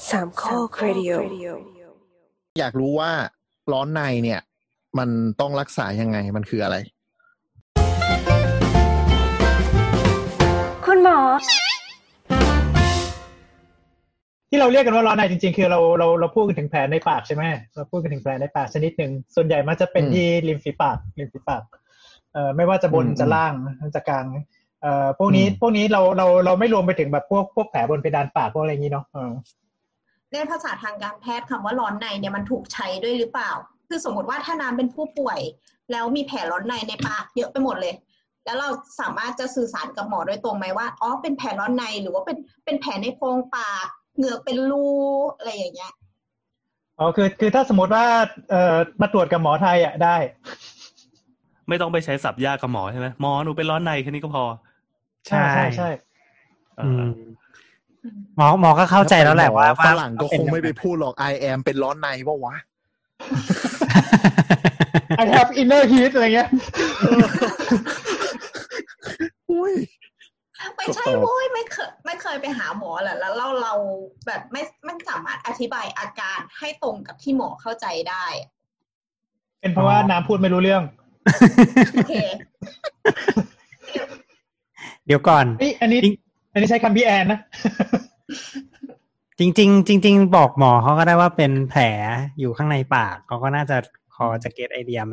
สามข้อครดิโออยากรู้ว่าร้อนในเนี่ยมันต้องรักษายังไงมันคืออะไรคุณหมอที่เราเรียกกันว่าร้อนในจริงๆคือเราพูดกันถึงแผลในปากใช่ไหมเราพูดกันถึงแผลในปากชนิดหนึ่งส่วนใหญ่มันจะเป็นที่ริมฝีปากไม่ว่าจะบนจะล่างจะกลางพวกนี้เราไม่รวมไปถึงแบบพวกแผลบนเพดานปากพวกอะไรอย่างนี้เนาะในภาษาทางการแพทย์คำว่าร้อนในเนี่ยมันถูกใช้ด้วยหรือเปล่าคือสมมติว่าถ้าน้ำเป็นผู้ป่วยแล้วมีแผลร้อนในปากเยอะไปหมดเลยแล้วเราสามารถจะสื่อสารกับหมอโดยตรงไหมว่าอ๋อเป็นแผลร้อนในหรือว่าเป็นแผลในโพรงปากเหงือกเป็นรูอะไรอย่างเงี้ยอ๋อคือถ้าสมมติว่ามาตรวจกับหมอไทยอ่ะได้ไม่ต้องไปใช้ศัพท์ยากกับหมอใช่ไหมหมอหนูเป็นร้อนในแค่นี้ก็พอใช่หมอก็เข้าใจแล้วแหละว่าฝรั่งก็คงไม่ไปพูดหรอก I am เป็นร้อนในว่าวะ I have inner heat อะไรเงี้ยอุ้ยไม่ใช่โว้ยไม่เคยไปหาหมอแหละแล้วเราแบบไม่สามารถอธิบายอาการให้ตรงกับที่หมอเข้าใจได้เป็นเพราะว่าน้ำพูดไม่รู้เรื่องโอเคเดี๋ยวก่อนอันนี้ใช้คำพี่แอนนะจริงบอกหมอเขาก็ได้ว่าเป็นแผลอยู่ข้างในปากเขาก็น่าจะพอจะเก็ทไอเดียไหม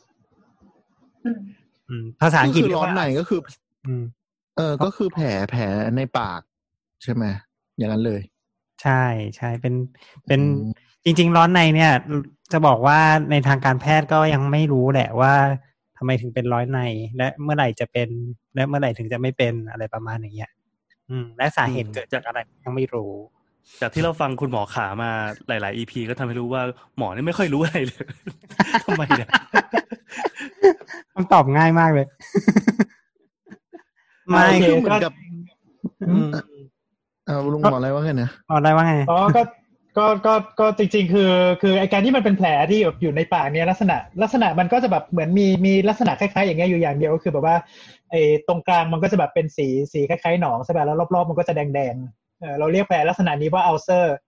ภาษาอังกฤษร้อนในก็คือก็คือแผลในปากใช่ไหมอย่างนั้นเลยใช่เป็นจริงๆร้อนในเนี่ยจะบอกว่าในทางการแพทย์ก็ยังไม่รู้แหละว่าทำไมถึงเป็นร้อนในและเมื่อไหร่จะเป็นและเมื่อไหร่ถึงจะไม่เป็นอะไรประมาณอย่างเงี้ยและสาเหตุเกิดจากอะไรยังไม่รู้จากที่เราฟังคุณหมอขามาหลายๆ EP ก็ทำให้รู้ว่าหมอนี่ไม่ค่อยรู้อะไรเลย ทำไมเนี่ยคำตอบง่ายมากเลยไม่คือเหมือนกับลุงหมออะไรว่าไงนะอะไรว่าไงก็จริงๆคือไอ้การที่มันเป็นแผลที่แบบอยู่ในปากเนี่ยลักษณะมันก็จะแบบเหมือนมีลักษณะคล้ายๆอย่างเงี้ยอยู่อย่างเดียวก็คือแบบว่าไอ้ตรงกลางมันก็จะแบบเป็นสีคล้ายๆหนองใช่ป่ะแล้วรอบๆมันก็จะแดงๆเราเรียกแผลลักษณะนี้ว่าอัลเซอร์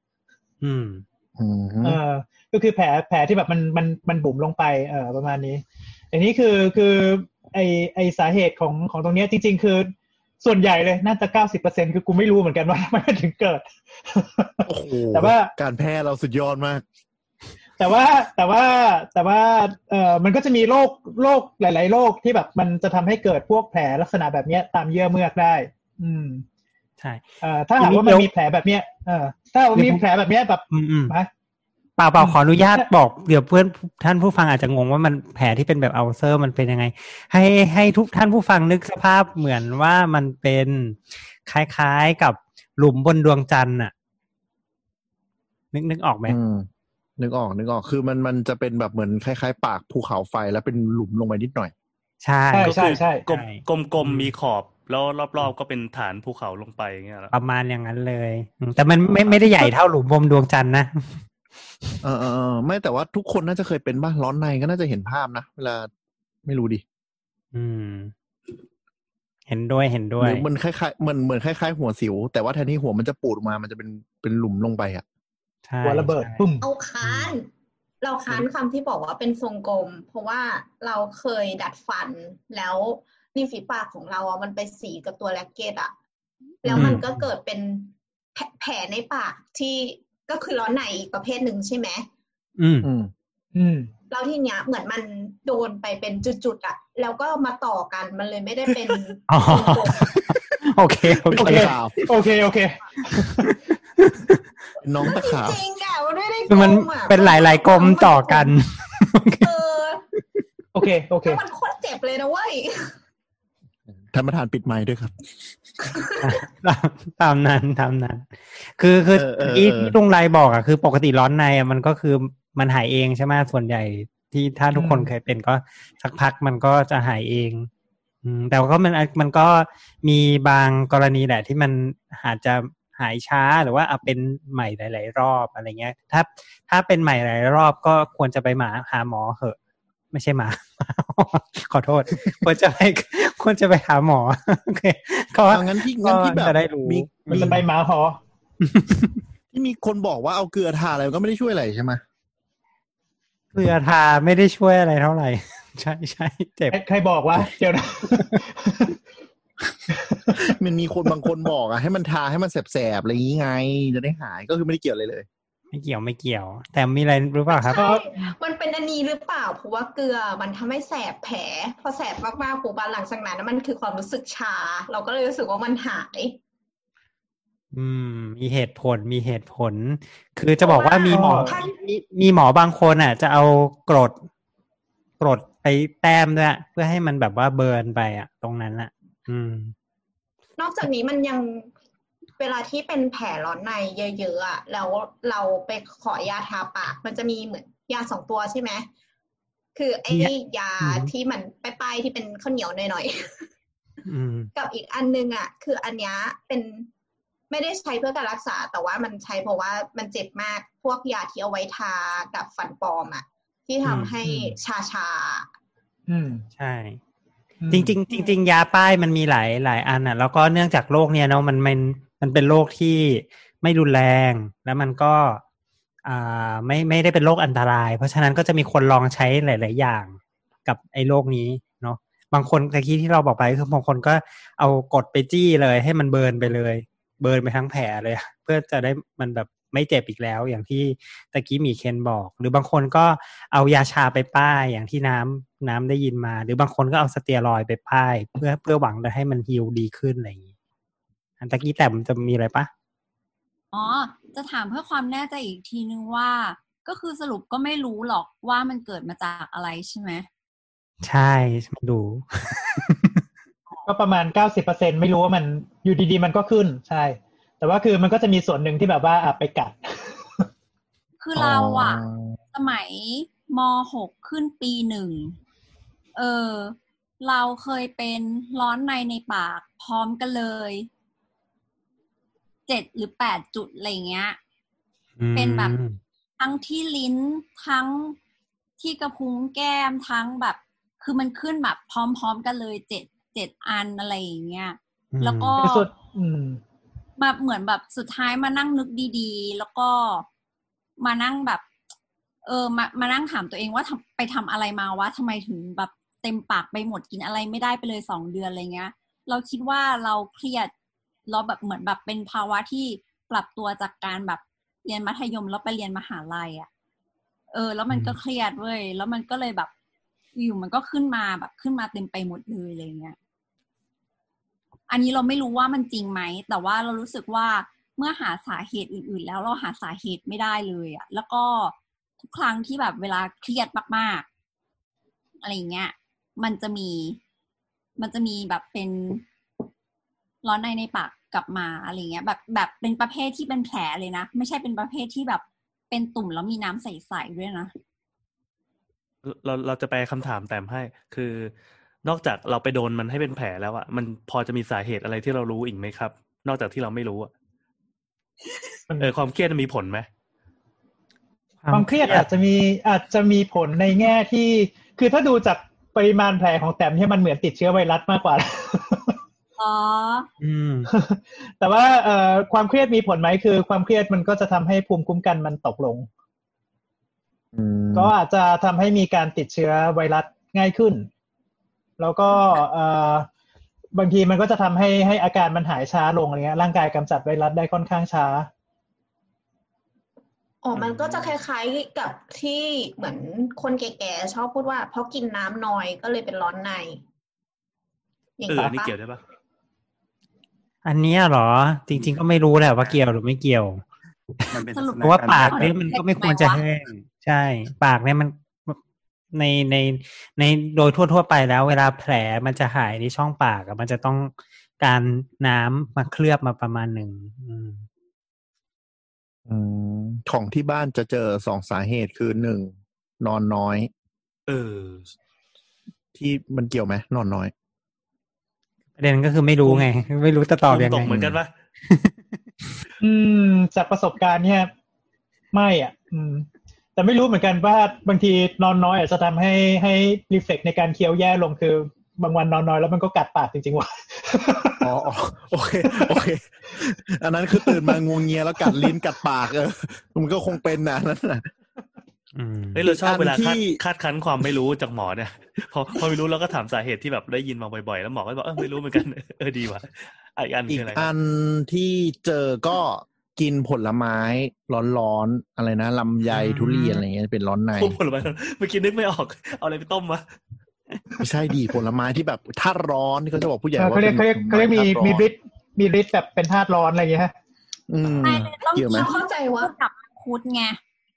ก็คือแผลที่แบบมันบุ๋มลงไปประมาณนี้อันนี้คือไอสาเหตุของตรงนี้จริงๆคือส่วนใหญ่เลยน่าจะ 90% คือกูไม่รู้เหมือนกันว่าทำไมมันถึงเกิดแต่ว่าการแพทย์เราสุดยอดมากแต่ว่ามันก็จะมีโรคหลายๆโรคที่แบบมันจะทำให้เกิดพวกแผลลักษณะแบบนี้ตามเยื่อเมือกได้ใช่ถ้าหากว่ามันมีแผลแบบนี้ถ้ามีแผลแบบนี้แบบเปล่าขออนุญาตบอกเดี๋ยวเพื่อนท่านผู้ฟังอาจจะงงว่ามันแผลที่เป็นแบบอัลเซอร์มันเป็นยังไงให้ทุกท่านผู้ฟังนึกสภาพเหมือนว่ามันเป็นคล้ายๆกับหลุมบนดวงจันทร์น่ะนึกออกไหมนึกออกคือมันจะเป็นแบบเหมือนคล้ายๆปากภูเขาไฟแล้วเป็นหลุมลงไปนิดหน่อยใช่กลมมีขอบแล้วรอบๆก็เป็นฐานภูเขาลงไปอย่างเงี้ยประมาณอย่างนั้นเลยแต่มันไม่ได้ใหญ่เท่าหลุมบนดวงจันทร์นะไม่แต่ว่าทุกคนน่าจะเคยเป็นบ้างร้อนในก็น่าจะเห็นภาพนะเวลาไม่รู้ดิเห็นด้วยหรือมันคล้ายๆเหมือนคล้ายๆหัวสิวแต่ว่าแทนที่หัวมันจะปูดออกมามันจะเป็นหลุมลงไปอ่ะหัวระเบิดปุ้มเราค้านคำที่บอกว่าเป็นทรงกลมเพราะว่าเราเคยดัดฟันแล้วริมฝีปากของเราอ่ะมันไปสีกับตัวแลคเกตอ่ะแล้วมันก็เกิดเป็นแผลในปากที่ก็คือร้อนในอีกประเภทหนึ่งใช่ไหมแล้วทีเนี้ยเหมือนมันโดนไปเป็นจุดๆอ่ะแล้วก็มาต่อกันมันเลยไม่ได้เป็นโอเคน้องตะขาบจริงอ่ะมันไม่ได้มันเป็นหลายๆกลมต่อกันโอเคมันโคตรเจ็บเลยนะเว้ยท่านประธานปิดไมค์ด้วยครับตามนั้นคือที่ลุงไรบอกอ่ะคือปกติร้อนในอ่ะมันก็คือมันหายเองใช่ไหมส่วนใหญ่ที่ถ้าทุกคนเคยเป็นก็สักพักมันก็จะหายเองแต่ก็มันก็มีบางกรณีแหละที่มันอาจจะหายช้าหรือว่าเอาเป็นใหม่หลายๆรอบอะไรเงี้ยถ้าเป็นใหม่หลายรอบก็ควรจะไปหาหมอเหอะไม่ใช่หมาขอโทษควรจะไปหาหมอโอเคก็งั้นที่แบบมันจะไปหมาหอที่มีคนบอกว่าเอาเกลือทาอะไรก็ไม่ได้ช่วยอะไรใช่ไหมเกลือทาไม่ได้ช่วยอะไรเท่าไหร่ ใช่ใช่เจ็บใครบอกว่าเดี๋ยวนะมันมีคนบางคนบอกอะให้มันทาให้มันแสบๆอะไรอย่างงี้ไงจะได้หายก็คือไม่ได้เกี่ยวอะไรเลยไม่เกี่ยว แต่มีอะไรรู้เปล่าครับมันเป็นอันนี้หรือเปล่าเพราะว่าเกลือมันทำให้แสบแผลพอแสบมากๆปุ๊บหลังจากนั้นมันคือความรู้สึกชาเราก็เลยรู้สึกว่ามันหายมีเหตุผล คือจะบอกว่ามีหมอบางคนอ่ะ จะเอากรดไปแต้มด้วยเพื่อให้มันแบบว่าเบิร์นไปอ่ะตรงนั้นอ่ะนอกจากนี้มันยังเวลาที่เป็นแผลร้อนในเยอะๆอ่ะแล้วเราไปขอยาทาปากมันจะมีเหมือนยา2 ตัวใช่ไหมคือไอ้ยาที่มันป้ายๆที่เป็นข้าวเหนียวหน่อยๆกับอีกอันนึงอ่ะคืออันเนี้ยเป็นไม่ได้ใช้เพื่อการรักษาแต่ว่ามันใช้เพราะว่ามันเจ็บมากพวกยาที่เอาไว้ทากับฟันปลอมอ่ะที่ทำให้ชาใช่จริงยาป้ายมันมีหลายอันอ่ะแล้วก็เนื่องจากโรคเนี้ยเนาะมันเป็นโรคที่ไม่รุนแรงแล้วมันก็ไม่ได้เป็นโรคอันตรายเพราะฉะนั้นก็จะมีคนลองใช้หลายๆอย่างกับไอ้โรคนี้เนาะบางคนตะกี้ที่เราบอกไปคือบางคนก็เอากดไปจี้เลยให้มันเบิร์นไปเลยเบิร์นไปทั้งแผลเลยเพื่อจะได้มันแบบไม่เจ็บอีกแล้วอย่างที่ตะกี้มีเคนบอกหรือบางคนก็เอายาชาไปป้ายอย่างที่น้ำได้ยินมาหรือบางคนก็เอาสเตียรอยด์ไปป้ายเพื่อหวังจะให้มันฮีลดีขึ้นอะไรอย่างนี้อันตะกี้แต่มันจะมีอะไรปะอ๋อจะถามเพื่อความแน่ใจอีกทีนึงว่าก็คือสรุปก็ไม่รู้หรอกว่ามันเกิดมาจากอะไรใช่ไหมใช่ไม่รู้ก็ประมาณ 90% ไม่รู้ว่ามันอยู่ดีๆมันก็ขึ้นใช่แต่ว่าคือมันก็จะมีส่วนหนึ่งที่แบบว่าไปกัดคือเราอ่ะสมัยม.6 ขึ้นปี 1เราเคยเป็นร้อนในปากพร้อมกันเลย7 หรือ 8 จุดอะไรเงี้ยเป็นแบบทั้งที่ลิ้นทั้งที่กระพุ้งแก้มทั้งแบบคือมันขึ้นแบบพร้อมๆกันเลย7 อันอะไรอย่างเงี้ยแล้วก็มาเหมือนแบบสุดท้ายมานั่งนึกดีๆแล้วก็มานั่งแบบมานั่งถามตัวเองว่าไปทำอะไรมาวะทำไมถึงแบบเต็มปากไปหมดกินอะไรไม่ได้ไปเลย2 เดือนอะไรเงี้ยเราคิดว่าเราเครียดเราแบบเหมือนแบบเป็นภาวะที่ปรับตัวจากการแบบเรียนมัธยมแล้วไปเรียนมหาลัยอ่ะแล้วมันก็เครียดเว้ยแล้วมันก็เลยแบบอยู่มันก็ขึ้นมาเต็มไปหมดเลยอะไรเงี้ยอันนี้เราไม่รู้ว่ามันจริงไหมแต่ว่าเรารู้สึกว่าเมื่อหาสาเหตุอื่นๆแล้วเราหาสาเหตุไม่ได้เลยอ่ะแล้วก็ทุกครั้งที่แบบเวลาเครียดมากๆอะไรเงี้ยมันจะมีแบบเป็นร้อนในปากกลับมาอะไรเงี้ยแบบเป็นประเภทที่เป็นแผลเลยนะไม่ใช่เป็นประเภทที่แบบเป็นตุ่มแล้วมีน้ำใสๆด้วยนะเราจะแปลคำถามแต้มให้คือนอกจากเราไปโดนมันให้เป็นแผลแล้วอ่ะมันพอจะมีสาเหตุอะไรที่เรารู้อีกไหมครับนอกจากที่เราไม่รู้อ่ะความเครียดมีผลไหมความเครียดอาจจะมีผลในแง่ที่คือถ้าดูจากปริมาณแผลของแต้มที่มันเหมือนติดเชื้อไวรัสมากกว่าแต่ว่าความเครียดมีผลไหมคือความเครียดมันก็จะทำให้ภูมิคุ้มกันมันตกลงก็อาจจะทำให้มีการติดเชื้อไวรัสง่ายขึ้นแล้วก็บางทีมันก็จะทำให้อาการมันหายช้าลงอะไรเงี้ยร่างกายกำจัดไวรัสได้ค่อนข้างช้ามันก็จะคล้ายๆกับที่เหมือนคนแก่ๆชอบพูดว่าเพราะกินน้ำน้อยก็เลยเป็นร้อนในอย่างนี้เกี่ยวได้ปะอันนี้เหรอจริงๆก็ไม่รู้แหละว่าเกี่ยวหรือไม่เกี่ยวเพราะว่าปากเนี่ยมันก็ไม่ควรจะแห้งใช่ปากเนี่ยมันในโดยทั่วๆไปแล้วเวลาแผลมันจะหายในช่องปากมันจะต้องการน้ำมาเคลือบมาประมาณหนึ่งของที่บ้านจะเจอ2 สาเหตุคือ1นอนน้อยที่มันเกี่ยวไหมนอนน้อยประเด็นก็คือไม่รู้ไงไม่รู้จะตอบยังไงตกเหมือนกันปะจากประสบการณ์เนี่ยไม่แต่ไม่รู้เหมือนกันว่าบางทีนอนน้อยอาจจะทำให้รีเฟล็กในการเคี้ยวแย่ลงคือบางวันนอนน้อยแล้วมันก็กัดปากจริงๆว่ะอ๋อโอเคอันนั้นคือตื่นมางวงเงียแล้วกัดลิ้นกัดปากมันก็คงเป็นนะนั่นน่ะเฮ้ยเราชอบเวลาคาดคั้นความไม่รู้จากหมอเนี่ยพอไม่รู้เราก็ถามสาเหตุที่แบบได้ยินมาบ่อยๆแล้วหมอก็บอกไม่รู้เหมือนกันดีว่ะอีกอันคืออะไรอันที่เจอก็กินผลไม้ร้อนๆอะไรนะลำไยทุเรียนอะไรเงี้ยเป็นร้อนในผลไม้เมื่อกี้นึกไม่ออกเอาอะไรไปต้มวะไม่ใช่ดีผลไม้ที่แบบธาตุร้อนที่เขาจะบอกผู้ใหญ่ว่าเขาเรียกมีฤทธิ์แบบเป็นธาตุร้อนอะไรอย่างเงี้ยฮะต้องกินเข้าใจว่ากับมังคุดไง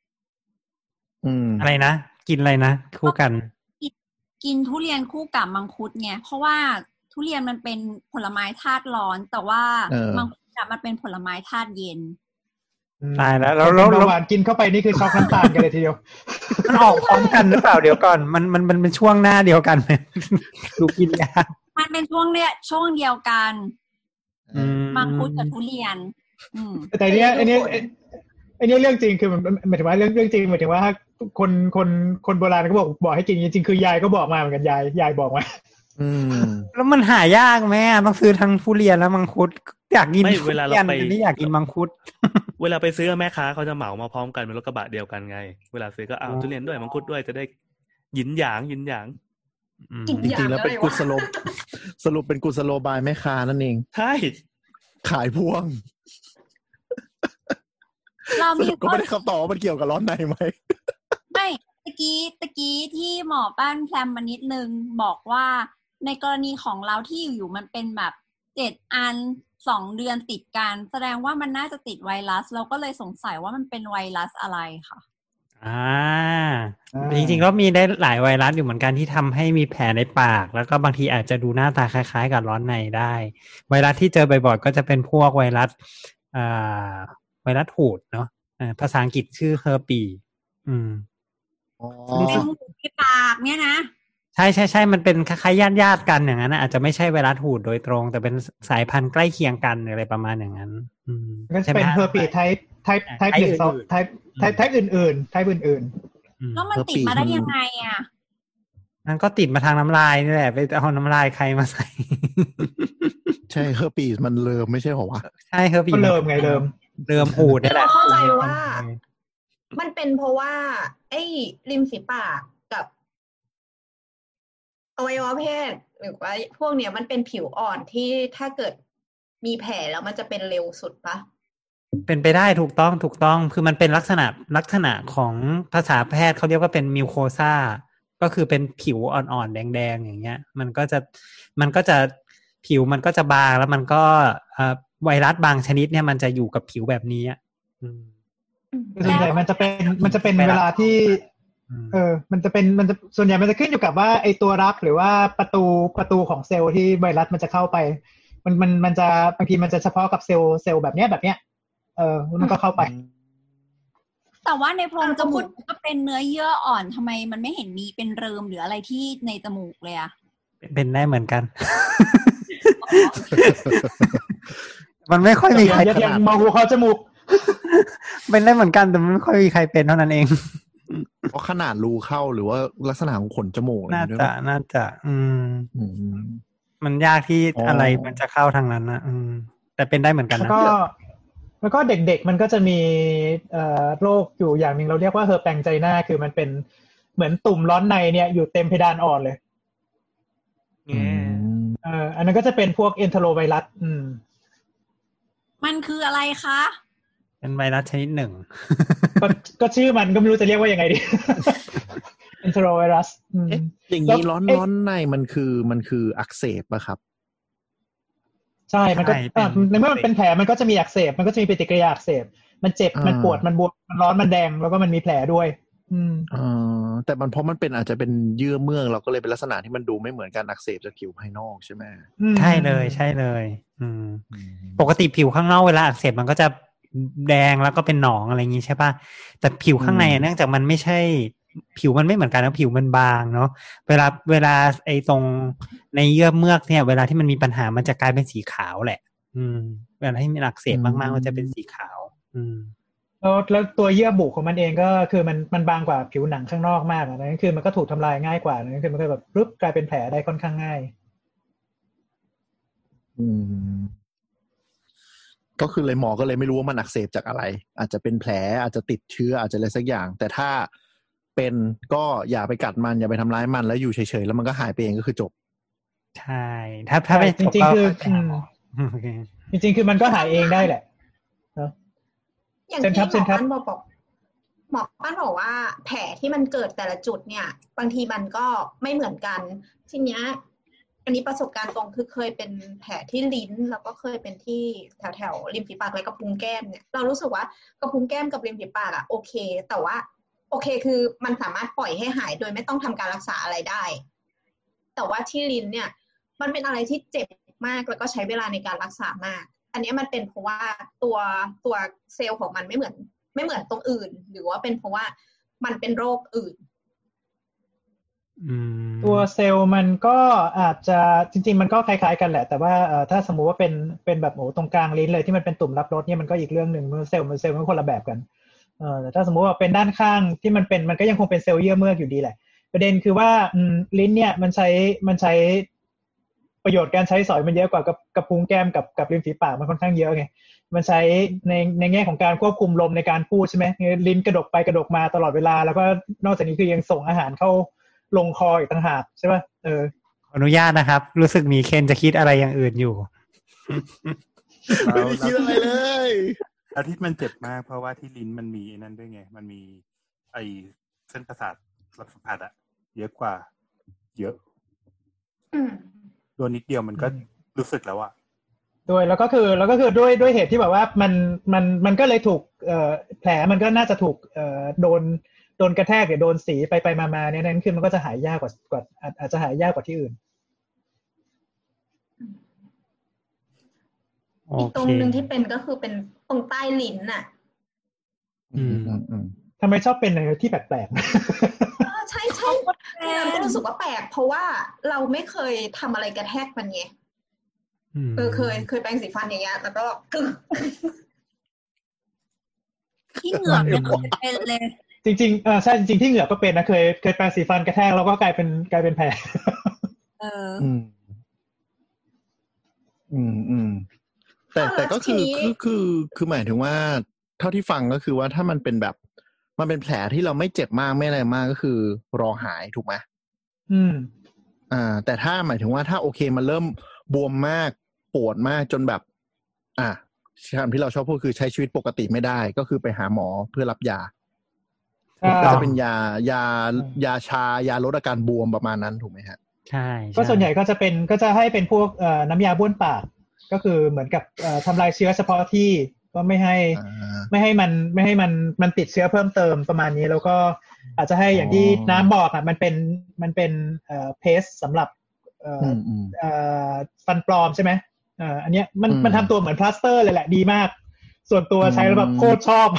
อะไรนะกินอะไรนะคู่กันกินทุเรียนคู่กับมังคุดไงเพราะว่าทุเรียนมันเป็นผลไม้ธาตุร้อนแต่ว่ามังคุดมันเป็นผลไม้ธาตุเย็นตายแล้วหวานกินเข้าไปนี่คือช็อกน้ำตาลกันเลยทีเดียวมันออกพร้อมกันหรือเปล่าเดี๋ยวก่อนมันเป็นช่วงหน้าเดียวกันไหมดูกินยากมันเป็นช่วงเดียวกันมังคุดกับทุเรียนแต่เนี้ยอันนี้เรื่องจริงคือมันหมายถึงว่าเรื่องจริงหมายถึงว่าคนโบราณก็บอกให้กินจริงๆคือยายก็บอกมาเหมือนกันยายบอกมาแล้วมันหายากไหมต้องซื้อทั้งทุเรียนแล้วมังคุดอยากกินเวลาเราไปไม่อยากกินมังคุดเวลาไปซื้อแม่ค้าเขาจะเหมามาพร้อมกันเป็นรถกระบะเดียวกันไงเวลาซื้อก็เอาทุเรียนด้วยมังคุดด้วยจะได้หยินหยางจริงๆแล้วเป็นกุศโลสรุปเป็นกุศโลบายแม่ค้านั่นเองใช่ขายพวงเราก็ไม่ได้คำตอบว่ามันเกี่ยวกับร้อนในไหมไม่ตะกี้ที่หมอป้านแพรมมานิดนึงบอกว่าในกรณีของเราที่อยู่มันเป็นแบบ7 อัน2 เดือนติดกันแสดงว่ามันน่าจะติดไวรัสเราก็เลยสงสัยว่ามันเป็นไวรัสอะไรค่ะจริงๆก็มีได้หลายไวรัสอยู่เหมือนกันที่ทำให้มีแผลในปากแล้วก็บางทีอาจจะดูหน้าตาคล้ายๆกับร้อนในได้ไวรัสที่เจอบ่อยๆก็จะเป็นพวกไวรัสไวรัสหูดเนาะภาษาอังกฤษชื่อเฮอร์ปีเป็นหูดในปากเนี่ยนะใช่มันเป็นคล้ายๆญาติกันอย่างนั้นอาจจะไม่ใช่ไวรัสหูดโดยตรงแต่เป็นสายพันธุ์ใกล้เคียงกันอะไรประมาณอย่างนั้นก็จะเป็นเฮอร์ปีไทป์1 ไทป์อื่นแล้วมันติดมาได้ยังไงอ่ะมันก็ติดมาทางน้ำลายนี่แหละไปเอาน้ำลายใครมาใส่ใช่เฮอร์ปีมันเริ่มไม่ใช่หรอวะใช่เฮอร์ปีเริ่มไงเริ่มหูดนี่แหละเข้าใจว่ามันเป็นเพราะว่าไอ้ริมฝีปากกับอวัยวะเพศหรือว่าพวกเนี้ยมันเป็นผิวอ่อนที่ถ้าเกิดมีแผลแล้วมันจะเป็นเร็วสุดปะเป็นไปได้ถูกต้องคือมันเป็นลักษณะของภาษาแพทย์เขาเรียกว่าเป็นมิวโคซ่าก็คือเป็นผิวอ่อนๆแดงๆอย่างเงี้ยมันก็จะผิวมันก็จะบางแล้วมันก็ไวรัสบางชนิดเนี่ยมันจะอยู่กับผิวแบบนี้ส่วนใหญ่มันจะเป็นเวลาที่มันจะส่วนใหญ่มันจะขึ้นอยู่กับว่าไอตัวรับหรือว่าประตูของเซลล์ที่ไวรัสมันจะเข้าไปมันจะบางทีมันจะเฉพาะกับเซลล์แบบเนี้ยมันก็เข้าไปแต่ว่าในโพรงจมูกก็เป็นเนื้อเยื่ออ่อนทำไมมันไม่เห็นมีเป็นเริมหรืออะไรที่ในจมูกเลยอะเป็นได้เหมือนกัน มันไม่ค่อยมีใครยังมองหัวเขาจมูกเป็นได้เหมือนกันแต่ไม่ค่อยมีใครเป็นเท่านั้นเองเพราะขนาดรูเข้าหรือว่าลักษณะของขนจมูกน่าจะมันยากที่อะไรมันจะเข้าทางนั้นนะแต่เป็นได้เหมือนกันนะแล้วก็เด็กๆมันก็จะมีโรคอยู่อย่างนึงเราเรียกว่าเฮอร์แปงไจน่าคือมันเป็นเหมือนตุ่มร้อนในเนี่ยอยู่เต็มเพดานอ่อนเลยอันนั้นก็จะเป็นพวกเอนโทโรไวรัสมันคืออะไรคะเป็นไวรัสชนิดหนึ่งก็ชื่อมันก็ไม่รู้จะเรียกว่ายังไงดีเอนโทโรไวรัสอย่างนี้ร้อนในมันคืออักเสบป่ะครับใช่มันก็ในเมื่อมันเป็นแผลมันก็จะมีอักเสบมันก็จะมีปฏิกิริยาอักเสบมันเจ็บมันปวดมันบวมมันร้อนมันแดงแล้วก็มันมีแผลด้วยแต่มันเพราะมันเป็นอาจจะเป็นเยื่อเมือกเราก็เลยเป็นลักษณะที่มันดูไม่เหมือนการอักเสบจากผิวภายนอกใช่ไหมใช่เลยปกติผิวข้างนอกเวลาอักเสบมันก็จะแดงแล้วก็เป็นหนองอะไรอย่างงี้ใช่ป่ะแต่ผิวข้างในเนื่องจากมันไม่ใช่ผิวมันไม่เหมือนกันนะผิวมันบางเนาะเวลาไอ้ตรงในเยื่อเมือกเนี่ยเวลาที่มันมีปัญหามันจะกลายเป็นสีขาวแหละเวลาที่มันอักเสบมากๆมันจะเป็นสีขาวแล้วตัวเยื่อบุของมันเองก็คือมันบางกว่าผิวหนังข้างนอกมากนะนั่นคือมันก็ถูกทำลายง่ายกว่านั่นคือมันก็แบบปุ๊บกลายเป็นแผลได้ค่อนข้างง่ายก็คือเลยหมอก็เลยไม่รู้ว่ามันอักเสบจากอะไรอาจจะเป็นแผลอาจจะติดเชื้ออาจจะอะไรสักอย่างแต่ถ้าเป็นก็อย่าไปกัดมันอย่าไปทำร้ายมันแล้วอยู่เฉยๆแล้วมันก็หายไปเองก็คือจบใช่ถ้าไม่จบก็จริงๆคือมันก็หายเองได้แหละอย่างที่หมอปั้นบอกว่าแผลที่มันเกิดแต่ละจุดเนี่ยบางทีมันก็ไม่เหมือนกันทีเนี้ยอันนี้ประสบการณ์ตรงคือเคยเป็นแผลที่ลิ้นแล้วก็เคยเป็นที่แถวริมฝีปากและกระพุ้งแก้มเนี่ยเรารู้สึกว่ากระพุ้งแก้มกับริมฝีปากอะโอเคแต่ว่าโอเคคือมันสามารถปล่อยให้หายโดยไม่ต้องทำการรักษาอะไรได้แต่ว่าที่ลิ้นเนี่ยมันเป็นอะไรที่เจ็บมากแล้วก็ใช้เวลาในการรักษามากอันนี้มันเป็นเพราะว่าตัวเซลล์ของมันไม่เหมือนตรงอื่นหรือว่าเป็นเพราะว่ามันเป็นโรคอื่นตัวเซลล์มันก็อาจจะจริงๆมันก็คล้ายๆกันแหละแต่ว่าถ้าสมมุติว่าเป็นแบบตรงกลางลิ้นเลยที่มันเป็นตุ่มรับรสเนี่ยมันก็อีกเรื่องนึงเซลล์มันคนละแบบกันแต่ถ้าสมมุติว่าเป็นด้านข้างที่มันก็ยังคงเป็นเซลล์เยื่อเมือกอยู่ดีแหละประเด็นคือว่าลิ้นเนี่ยมันใช้ประโยชน์การใช้สอยมันเยอะกว่ากระพุ้งแก้มกับริมฝีปากมันค่อนข้างเยอะไงมันใช้ในแง่ของการควบคุมลมในการพูดใช่ไหมลิ้นกระดกไปกระดกมาตลอดเวลาแล้วก็นอกจากนี้คือยังส่งอาหารเข้าลงคออีกต่างหากใช่ป่ะขออนุญาตนะครับรู้สึกมีเคนจะคิดอะไรอย่างอื่นอยู่ไม่ได้คิดอะไรเลยอาทิตย์มันเจ็บมากเพราะว่าที่ลิ้นมันมีนั่นด้วยไงมันมีไอเส้นประสาทรับสัมผัสอะเยอะกว่าเยอะโดนนิดเดียวมันก็รู้สึกแล้วอะด้วยแล้วก็คือด้วยเหตุที่แบบว่ามันก็เลยถูกแผลมันก็น่าจะถูกโดนกระแทกหรือโดนสีไปมาเนี่ยนั่นคือมันก็จะหายยากกว่าอาจจะหายยากกว่าที่อื่นอีกตรงนึงที่เป็นก็คือเป็นตรงใต้ลิ้นน่ะทำไมชอบเป็นอะไรที่แปลกๆใช่เราก็รู้สึกว่าแปลกเพราะว่าเราไม่เคยทำอะไรกระแทกมันไงเคยแปรงสีฟันอย่างเงี้ยแล้วก็ที่เหงือกเนี่ยเป็นเลยจริงๆใช่จริงๆที่เหงือกก็เป็นนะเคยแปรงสีฟันกระแทกแล้วก็กลายเป็นแผลแต่ก็คือหมายถึงว่าเท่าที่ฟังก็คือว่าถ้ามันเป็นแบบมันเป็นแผลที่เราไม่เจ็บมากไม่อะไรมากก็คือรอหายถูกไหมแต่ถ้าหมายถึงว่าถ้าโอเคมันเริ่มบวมมากปวดมากจนแบบคำที่เราชอบพูดคือใช้ชีวิตปกติไม่ได้ก็คือไปหาหมอเพื่อรับยาก็จะเป็นยาชายาลดอาการบวมประมาณนั้นถูกไหมฮะใช่ก็ส่วนใหญ่ก็จะให้เป็นพวกน้ำยาบ้วนปากก็คือเหมือนกับทำลายเชื้อเฉพาะที่ก็ไม่ให้มันติดเชื้อเพิ่มเติมประมาณนี้แล้วก็อาจจะให้อย่างที่น้ำบอกมันเป็นเพสสำหรับฟันปลอมใช่ไหมอันเนี้ยมันทำตัวเหมือนพลาสเตอร์เลยแหละดีมากส่วนตัวใช้แล้วแบบโคตรชอบ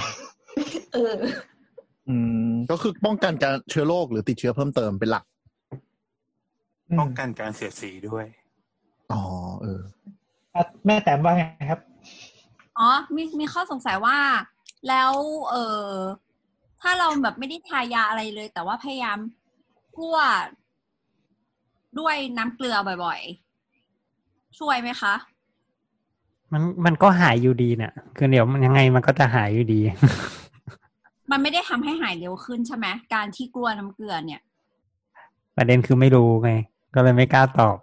ก็คือป้องกันการเชื้อโรคหรือติดเชื้อเพิ่มเติมเป็นหลักป้องกันการเสียดสีด้วยแม่แต้มว่าไงครับมีข้อสงสัยว่าแล้วถ้าเราแบบไม่ได้ทายาอะไรเลยแต่ว่าพยายามคั่วด้วยน้ำเกลือบ่อยๆช่วยไหมคะมันก็หายอยู่ดีเนี่ยคือเดี๋ยวมันยังไงมันก็จะหายอยู่ดีมันไม่ได้ทำให้หายเร็วขึ้นใช่ไหมการที่กลัวน้ำเกลือเนี่ยประเด็นคือไม่รู้ไงก็เลยไม่กล้าตอบ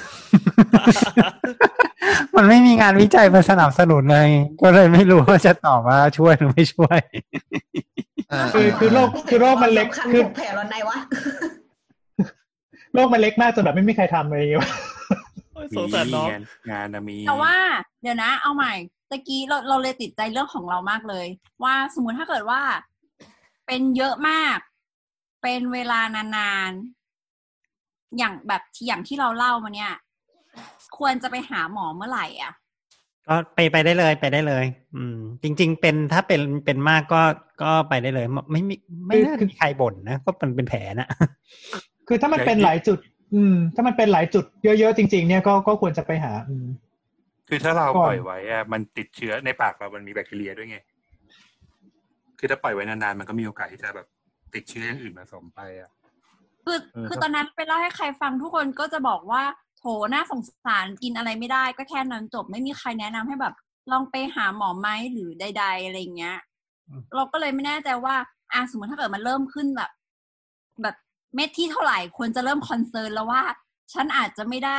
มันไม่มีงานวิจัยมาสนับสนุนเลยก็เลยไม่รู้ว่าจะตอบว่าช่วยหรือไม่ช่วยคือโรคมันเล็กคือแผลร้อนในวะโรคมันเล็กมากจนแบบไม่มีใครทำเลยสงสารน้องงานมีแต่ว่าเดี๋ยวนะเอาใหม่ตะกี้เราเลยติดใจเรื่องของเรามากเลยว่าสมมุติถ้าเกิดว่าเป็นเยอะมากเป็นเวลานานๆอย่างที่เราเล่ามาเนี่ยควรจะไปหาหมอเมื่อไหร่อ่ะก็ไปได้เลยจริงๆเป็นถ้าเป็นมากก็ไปได้เลยไม่น่ามีใครบ่นนะก็เป็นแผลนะคือถ้ามันเป็นหลายจุดถ้ามันเป็นหลายจุดเยอะๆจริงๆเนี่ยก็ควรจะไปหาคือถ้าเราปล่อยไว้มันติดเชื้อในปากเรามันมีแบคทีเรียด้วยไงคือถ้าปล่อยไว้นานๆมันก็มีโอกาสที่จะแบบติดเชื้ออย่างอื่นผสมไปคือตอนนั้นไปเล่าให้ใครฟังทุกคนก็จะบอกว่าโถน่าสงสารกินอะไรไม่ได้ก็แค่นั้นจบไม่มีใครแนะนำให้แบบลองไปหาหมอไหมหรือใดๆอะไรเงี้ยเราก็เลยไม่แน่ใจว่าสมมติถ้าเกิดมันเริ่มขึ้นแบบเม็ดที่เท่าไหร่ควรจะเริ่มคอนเซิร์นแล้วว่าฉันอาจจะไม่ได้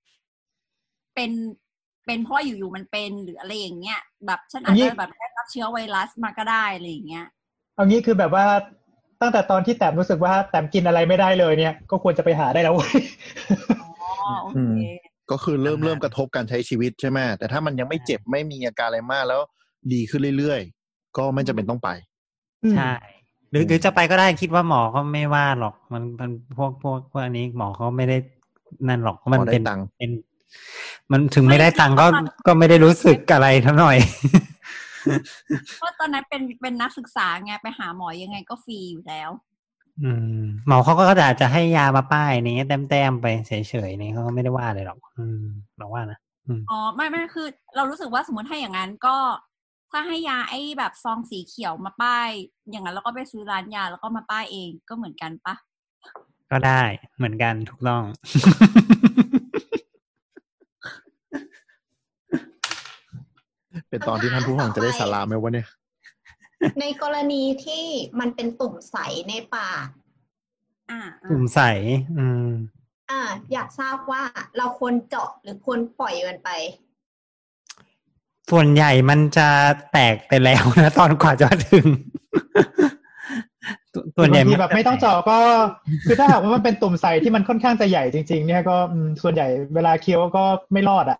เป็นเพราะอยู่ๆมันเป็นหรืออะไรอย่างเงี้ยแบบฉันอาจจะแบบได้รับเชื้อไวรัสมาก็ได้อะไรอย่างเงี้ยเอางี้คือแบบว่าตั้งแต่ตอนที่แต้มรู้สึกว่าแต้มกินอะไรไม่ได้เลยเนี่ยก็ควรจะไปหาได้แล้วโอเคก็คือเริ่มกระทบการใช้ชีวิตใช่ไหมแต่ถ้ามันยังไม่เจ็บไม่มีอาการอะไรมากแล้วดีขึ้นเรื่อยๆก็ไม่จำเป็นต้องไปใช่หรือจะไปก็ได้คิดว่าหมอก็ไม่ว่าหรอกมันพวกอันนี้หมอเขาไม่ได้นั่นหรอกมันเป็นมันถึงไม่ได้ตังค์ก็ไม่ได้รู้สึกอะไรเท่าหน่อยเพราะตอนนั้นเป็นนักศึกษาไงไปหาหมอยังไงก็ฟรีอยู่แล้วหมอเขาก็อาจจะให้ยามาป้ายนี้แต้มๆไปเฉยๆนี่เขาก็ไม่ได้ว่าอะไรหรอกบอกว่านะอ๋อไม่คือเรารู้สึกว่าสมมติถ้าอย่างนั้นก็ถ้าให้ยาไอ้แบบซองสีเขียวมาป้ายอย่างนั้นแล้วก็ไปซื้อร้านยาแล้วก็มาป้ายเองก็เหมือนกันปะก็ได้เหมือนกันถูกต้องเป็นตอนที่ท่านผู้ฟังจะได้สาระไหมวะเนี่ยในกรณีที่มันเป็นตุ่มใสในปากตุ่มใสอยากทราบว่าเราควรเจาะหรือควรปล่อยมันไปส่วนใหญ่มันจะแตกไปแล้วนะตอนกว่าจะถึงส่วนใหญ่แบบไม่ต้องเจาะก็คือถ้าหากว่ามันเป็นตุ่มใสที่มันค่อนข้างจะใหญ่จริงๆเนี่ยก็ส่วนใหญ่เวลาเคี้ยวก็ไม่รอดอ่ะ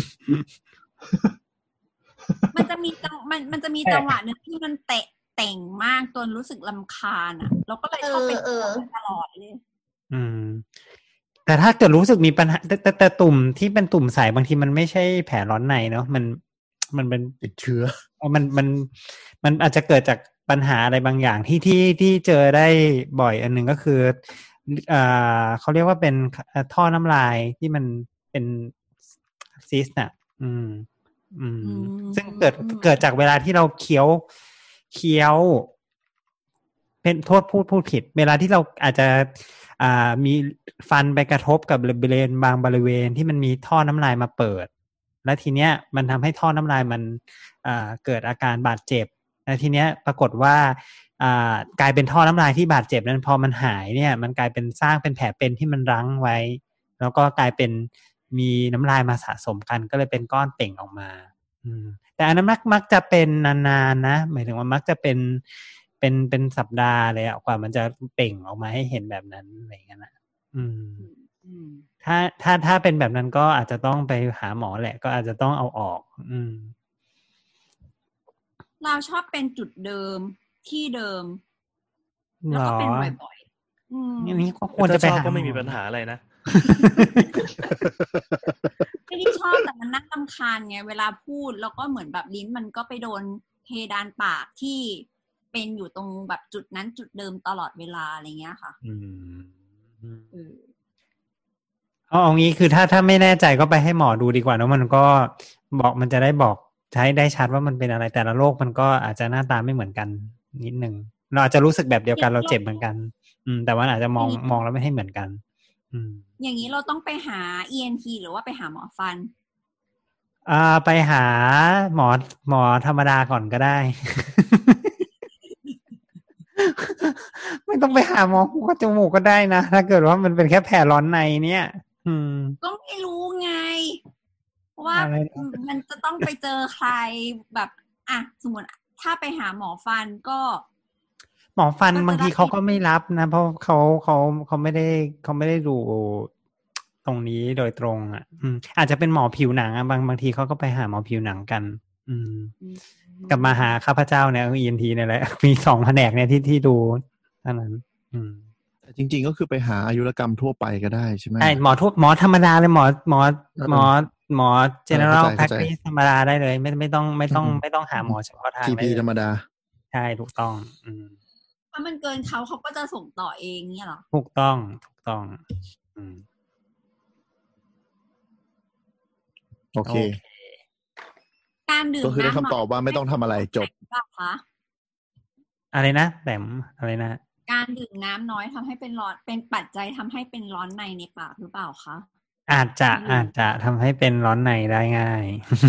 มันจะมีจังหวะนึงที่มันแต่งมากจนรู้สึกรำคาญอ่ะเราก็เลยชอบไปตลอดเลยแต่ถ้าเกิดรู้สึกมีปัญหาแต่ตุ่มที่เป็นตุ่มใสบางทีมันไม่ใช่แผลร้อนในเนาะมันเป็นติดเชื้อมันอาจจะเกิดจากปัญหาอะไรบางอย่างที่เจอได้บ่อยอันหนึ่งก็คือเขาเรียกว่าเป็นท่อน้ำลายที่มันเป็นซิสต์น่ะซึ่งเกิดจากเวลาที่เราเคี้ยวเป็นโทษพูดผิดเวลาที่เราอาจจะมีฟันไปกระทบกับบริเวณบางบริเวณที่มันมีท่อน้ำลายมาเปิดและทีเนี้ยมันทำให้ท่อน้ำลายมันเกิดอาการบาดเจ็บและทีเนี้ยปรากฏว่ากลายเป็นท่อน้ำลายที่บาดเจ็บนั้นพอมันหายเนี่ยมันกลายเป็นสร้างเป็นแผลเป็นที่มันรั้งไว้แล้วก็กลายเป็นมีน้ำลายมาสะสมกันก็เลยเป็นก้อนเป่งออกมาแต่อันนั้นมักจะเป็นนานๆนะหมายถึงว่ามักจะเป็นสัปดาห์เลยกว่ามันจะเป่งออกมาให้เห็นแบบนั้นอะไรอย่างเงี้ยนะถ้าเป็นแบบนั้นก็อาจจะต้องไปหาหมอแหละก็อาจจะต้องเอาออกเราชอบเป็นจุดเดิมที่เดิมแล้วก็เป็นบ่อยๆอย่างนี้ก็ควรจะไปหาก็ไม่มีปัญหาอะไรนะไม่ได้ชอบแต่มันน่ารำคาญไงเวลาพูดแล้วก็เหมือนแบบลิ้นมันก็ไปโดนเพดานปากที่เป็นอยู่ตรงแบบจุดนั้นจุดเดิมตลอดเวลาอะไรเงี้ยค่ะเอางี้คือถ้าไม่แน่ใจก็ไปให้หมอดูดีกว่าแล้วมันก็บอกมันจะได้บอกใช้ได้ชัดว่ามันเป็นอะไรแต่ละโรคมันก็อาจจะหน้าตาไม่เหมือนกันนิดนึงเราอาจจะรู้สึกแบบเดียวกันเราเจ็บเหมือนกันแต่ว่าอาจจะมองแล้วไม่ให้เหมือนกันอย่างนี้เราต้องไปหา ENT หรือว่าไปหาหมอฟันไปหาหมอธรรมดาก่อนก็ได้ ไม่ต้องไปหาหมอหูจมูกก็ได้นะถ้าเกิดว่ามันเป็นแค่แผลร้อนในเนี่ยก็ไม่รู้ไงว่ามันจะต้องไปเจอใครแบบสมมติถ้าไปหาหมอฟันก็หมอฟันบางทีเขาก็ไม่รับนะเพราะเขาไม่ได้ดูตรงนี้โดยตรงอาจจะเป็นหมอผิวหนังบางทีเขาก็ไปหาหมอผิวหนังกันกลับมาหาข้าพเจ้าเนี่ย ENT เนี่ยแหละมี2แผนกเนี่ยที่ดูเท่านั้นแต่จริงๆก็คือไปหาอายุรกรรมทั่วไปก็ได้ใช่ไหมใช่หมอธรรมดาเลยหมอ general practice ธรรมดาได้เลยไม่ต้องหาหมอเฉพาะทาง GP ธรรมดาใช่ถูกต้องถ้ามันเกินเขาก็จะส่งต่อเองเนี่ยหรอถูกต้องโอเคการดื่มก็คือได้คำตอบว่าไม่ต้องทำอะไรจบอะไรนะแต่อะไรนะการดื่มน้ำน้อยทำให้เป็นร้อนเป็นปัจจัยทำให้เป็นร้อนในปากหรือเปล่าคะอาจจะทำให้เป็นร้อนในได้ง่าย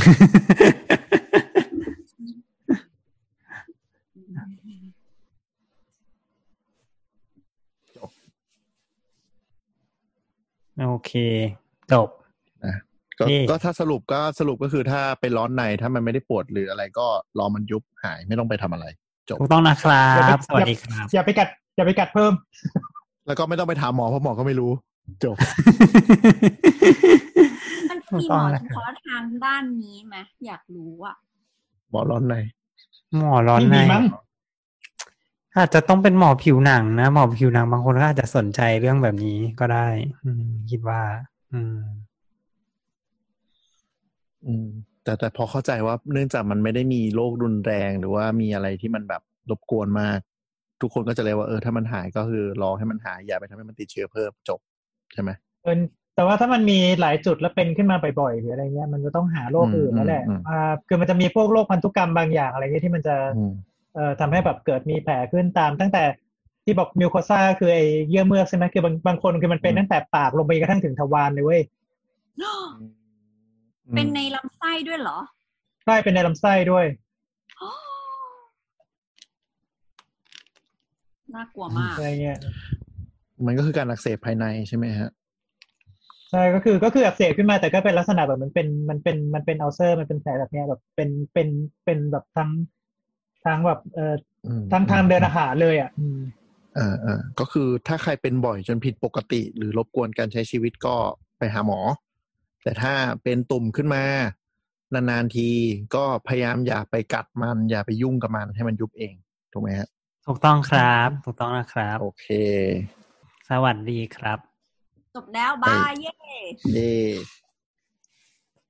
โอเคจบนะก็ถ้าสรุปก็คือถ้าเป็นร้อนในถ้ามันไม่ได้ปวดหรืออะไรก็รอมันยุบหายไม่ต้องไปทำอะไรจบถูกต้องนะครับสวัสดีครับอย่าไปกัดเพิ่มแล้วก็ไม่ต้องไปถามหมอเพราะหมอก็ไม่รู้จบมันมีหมอเฉพาะทางด้านนี้ไหมอยากรู้อ่ะหมอร้อนในอาจจะต้องเป็นหมอผิวหนังนะหมอผิวหนังบางคนก็อาจจะสนใจเรื่องแบบนี้ก็ได้คิดว่าแต่พอเข้าใจว่าเนื่องจากมันไม่ได้มีโรครุนแรงหรือว่ามีอะไรที่มันแบบรบกวนมากทุกคนก็จะเลยว่าถ้ามันหายก็คือรอให้มันหายอย่าไปทำให้มันติดเชื้อเพิ่มจบใช่ไหมแต่ว่าถ้ามันมีหลายจุดแล้วเป็นขึ้นมาบ่อยๆหรืออะไรเงี้ยมันจะต้องหาโรคอื่นแล้วแหละคือมันจะมีพวกโรคพันธุกรรมบางอย่างอะไรเงี้ยที่มันจะทำให้แบบเกิดมีแผลขึ้นตามตั้งแต่ที่บอกมิวโคซ่าคือไอ้เยื่อเมือกใช่ไหมคือบางคนคือมันเป็นตั้งแต่ปากลงไปกระทั่งถึงทวารเลยเว้ยเป็นในลำไส้ด้วยเหรอใช่เป็นในลำไส้ด้วยน่ากลัวมากอะไรเงี้ยมันก็คือการอักเสบภายในใช่ไหมฮะใช่ก็คืออักเสบขึ้นมาแต่ก็เป็นลักษณะแบบมันเป็นอัลเซอร์มันเป็นแผลแบบเนี้ยแบบเป็นแบบทั้งแบบทั้งทางเดินอาหารเลยอ่ะก็คือถ้าใครเป็นบ่อยจนผิดปกติหรือรบกวนการใช้ชีวิตก็ไปหาหมอแต่ถ้าเป็นตุ่มขึ้นมานานๆทีก็พยายามอย่าไปกัดมันอย่าไปยุ่งกับมันให้มันยุบเองถูกไหมฮะถูกต้องครับถูกต้องนะครับโอเคสวัสดีครับจบแล้วบายเย่